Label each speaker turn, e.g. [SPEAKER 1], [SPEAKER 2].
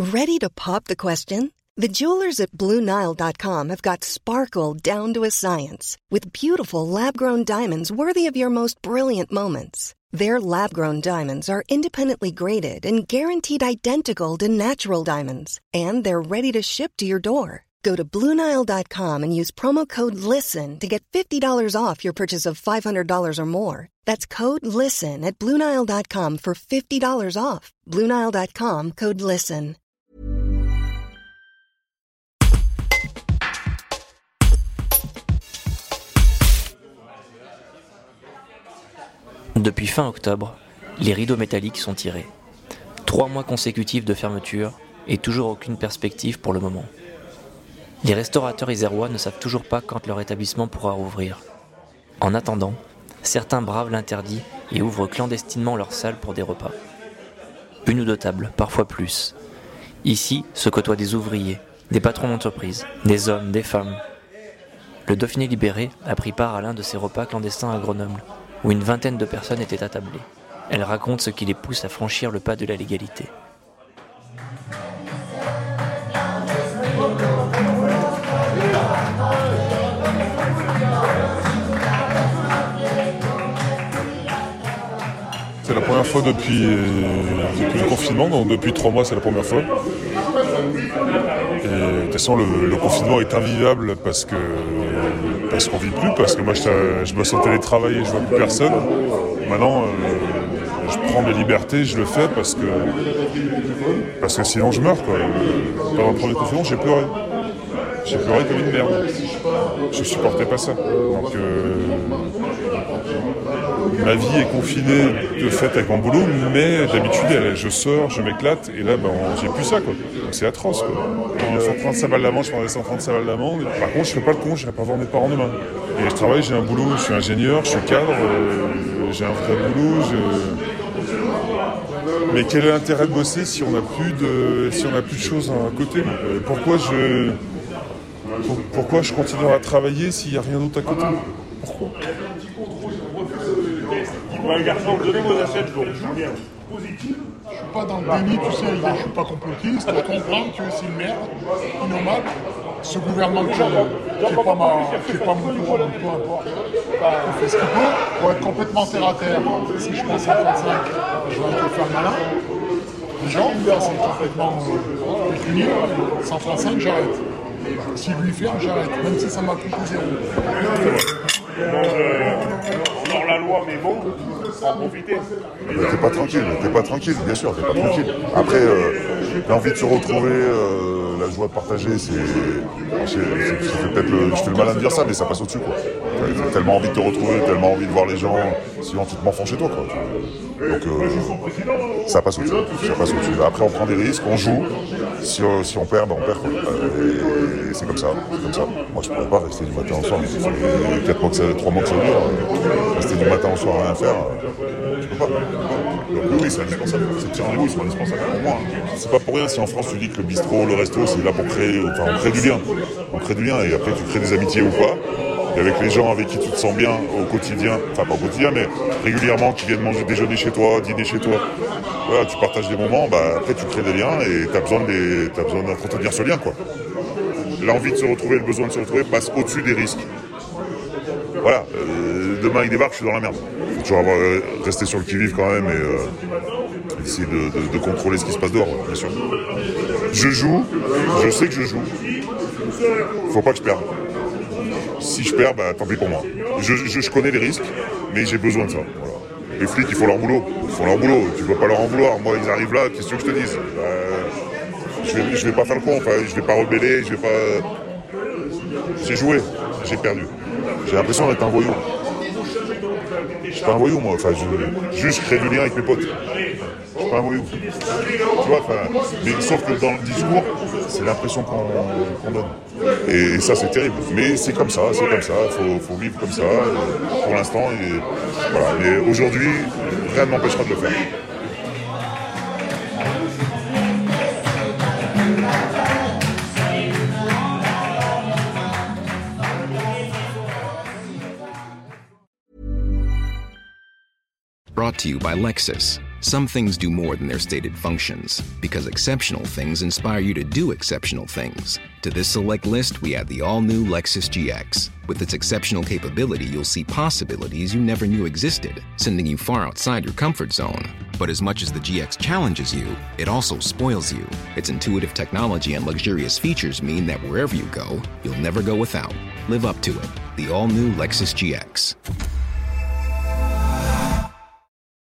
[SPEAKER 1] Ready to pop the question? The jewelers at BlueNile.com have got sparkle down to a science with beautiful lab-grown diamonds worthy of your most brilliant moments. Their lab-grown diamonds are independently graded and guaranteed identical to natural diamonds, and they're ready to ship to your door. Go to BlueNile.com and use promo code LISTEN to get $50 off your purchase of $500 or more. That's code LISTEN at BlueNile.com for $50 off. BlueNile.com, code LISTEN.
[SPEAKER 2] Depuis fin octobre, les rideaux métalliques sont tirés. 3 mois consécutifs de fermeture et toujours aucune perspective pour le moment. Les restaurateurs isérois ne savent toujours pas quand leur établissement pourra rouvrir. En attendant, certains bravent l'interdit et ouvrent clandestinement leurs salles pour des repas. 1 ou 2 tables, parfois plus. Ici se côtoient des ouvriers, des patrons d'entreprise, des hommes, des femmes. Le Dauphiné libéré a pris part à l'un de ces repas clandestins à Grenoble, où une vingtaine de personnes étaient attablées. Elle raconte ce qui les pousse à franchir le pas de la légalité.
[SPEAKER 3] C'est la première fois depuis le confinement, donc depuis 3 mois c'est la première fois. Et de toute façon le confinement est invivable parce qu'on vit plus, parce que moi je me sens télétravailler et je vois plus personne. Maintenant je prends des libertés, je le fais parce que sinon je meurs quoi. Pendant le premier confinement j'ai pleuré. J'ai pleuré comme une merde. Je supportais pas ça. Donc ma vie est confinée de fait avec mon boulot, mais d'habitude je sors, je m'éclate, et là j'ai plus ça quoi. Donc c'est atroce quoi. 135 balles d'amende, je prendrais 135 balles d'amende. Par contre je fais pas le con, je vais pas voir mes parents demain. Et je travaille, j'ai un boulot, je suis ingénieur, je suis cadre, j'ai un vrai boulot. Mais quel est l'intérêt de bosser si on n'a plus de choses à côté? Pourquoi je continuerai à travailler s'il n'y a rien d'autre à côté? Pourquoi?
[SPEAKER 4] Garçon, donnez vos assiettes, je
[SPEAKER 5] positif. Je suis pas dans le déni, tu sais, je suis pas complotiste, je comprends que c'est une merde, innommable. Ce gouvernement qui n'est pas mon tour, peu importe, il fait ce qu'il peut pour être complètement terre à terre. Si je pense à 35, je vais un peu faire le malin. Les gens, c'est complètement puni. 135, j'arrête. S'il lui ferme, j'arrête, même si ça m'a coûté 0.
[SPEAKER 4] Hors la loi, mais bon, en profiter.
[SPEAKER 3] T'es pas tranquille, bien sûr, t'es pas tranquille. Après, l'envie de se retrouver, la joie de partager, je fais le malin de dire ça, mais ça passe au-dessus, quoi. T'as tellement envie de te retrouver, tellement envie de voir les gens, sinon tu te m'enfonces chez toi, quoi. Donc, ça passe au-dessus. Après, on prend des risques, on joue. Si on perd, on perd, quoi. Et c'est comme ça. Moi, je pourrais pas rester du matin au soir. Ça fait 3 mois que ça dure. Rester du matin au soir à rien faire, je peux pas. Donc oui, c'est indispensable. Ces petits rendez-vous, ils sont indispensables pour moi. C'est pas pour rien si en France tu dis que le bistrot, le resto, c'est là pour créer, on crée du lien. On crée du lien et après tu crées des amitiés ou pas. Et avec les gens avec qui tu te sens bien au quotidien, enfin pas au quotidien, mais régulièrement, qui viennent manger, déjeuner chez toi, dîner chez toi. Voilà, tu partages des moments, après tu crées des liens et t'as besoin d'entretenir ce lien, quoi. L'envie de se retrouver, le besoin de se retrouver passe au-dessus des risques. Voilà, demain il débarque, je suis dans la merde. Faut toujours rester sur le qui-vive quand même et essayer de contrôler ce qui se passe dehors, bien sûr. Je joue, je sais que je joue. Faut pas que je perde. Si je perds, tant pis pour moi. Je connais les risques, mais j'ai besoin de ça. Voilà. Les flics, ils font leur boulot. Tu peux pas leur en vouloir. Moi, ils arrivent là, qu'est-ce que je te dise? Je vais pas faire le con, je vais pas rebeller, J'ai joué, j'ai perdu. J'ai l'impression d'être un voyou. Je suis pas un voyou, moi. Je crée du lien avec mes potes. Je suis pas un voyou. Tu vois, mais sauf que dans le discours, c'est l'impression qu'on donne. Et ça, c'est terrible. Mais c'est comme ça. Faut vivre comme ça, pour l'instant. Et voilà. Et aujourd'hui, rien ne m'empêchera de le faire.
[SPEAKER 6] Brought to you by Lexus. Some things do more than their stated functions, because exceptional things inspire you to do exceptional things. To this select list, we add the all-new Lexus GX. With its exceptional capability, you'll see possibilities you never knew existed, sending you far outside your comfort zone. But as much as the GX challenges you, it also spoils you. Its intuitive technology and luxurious features mean that wherever you go, you'll never go without. Live up to it. The all-new Lexus GX.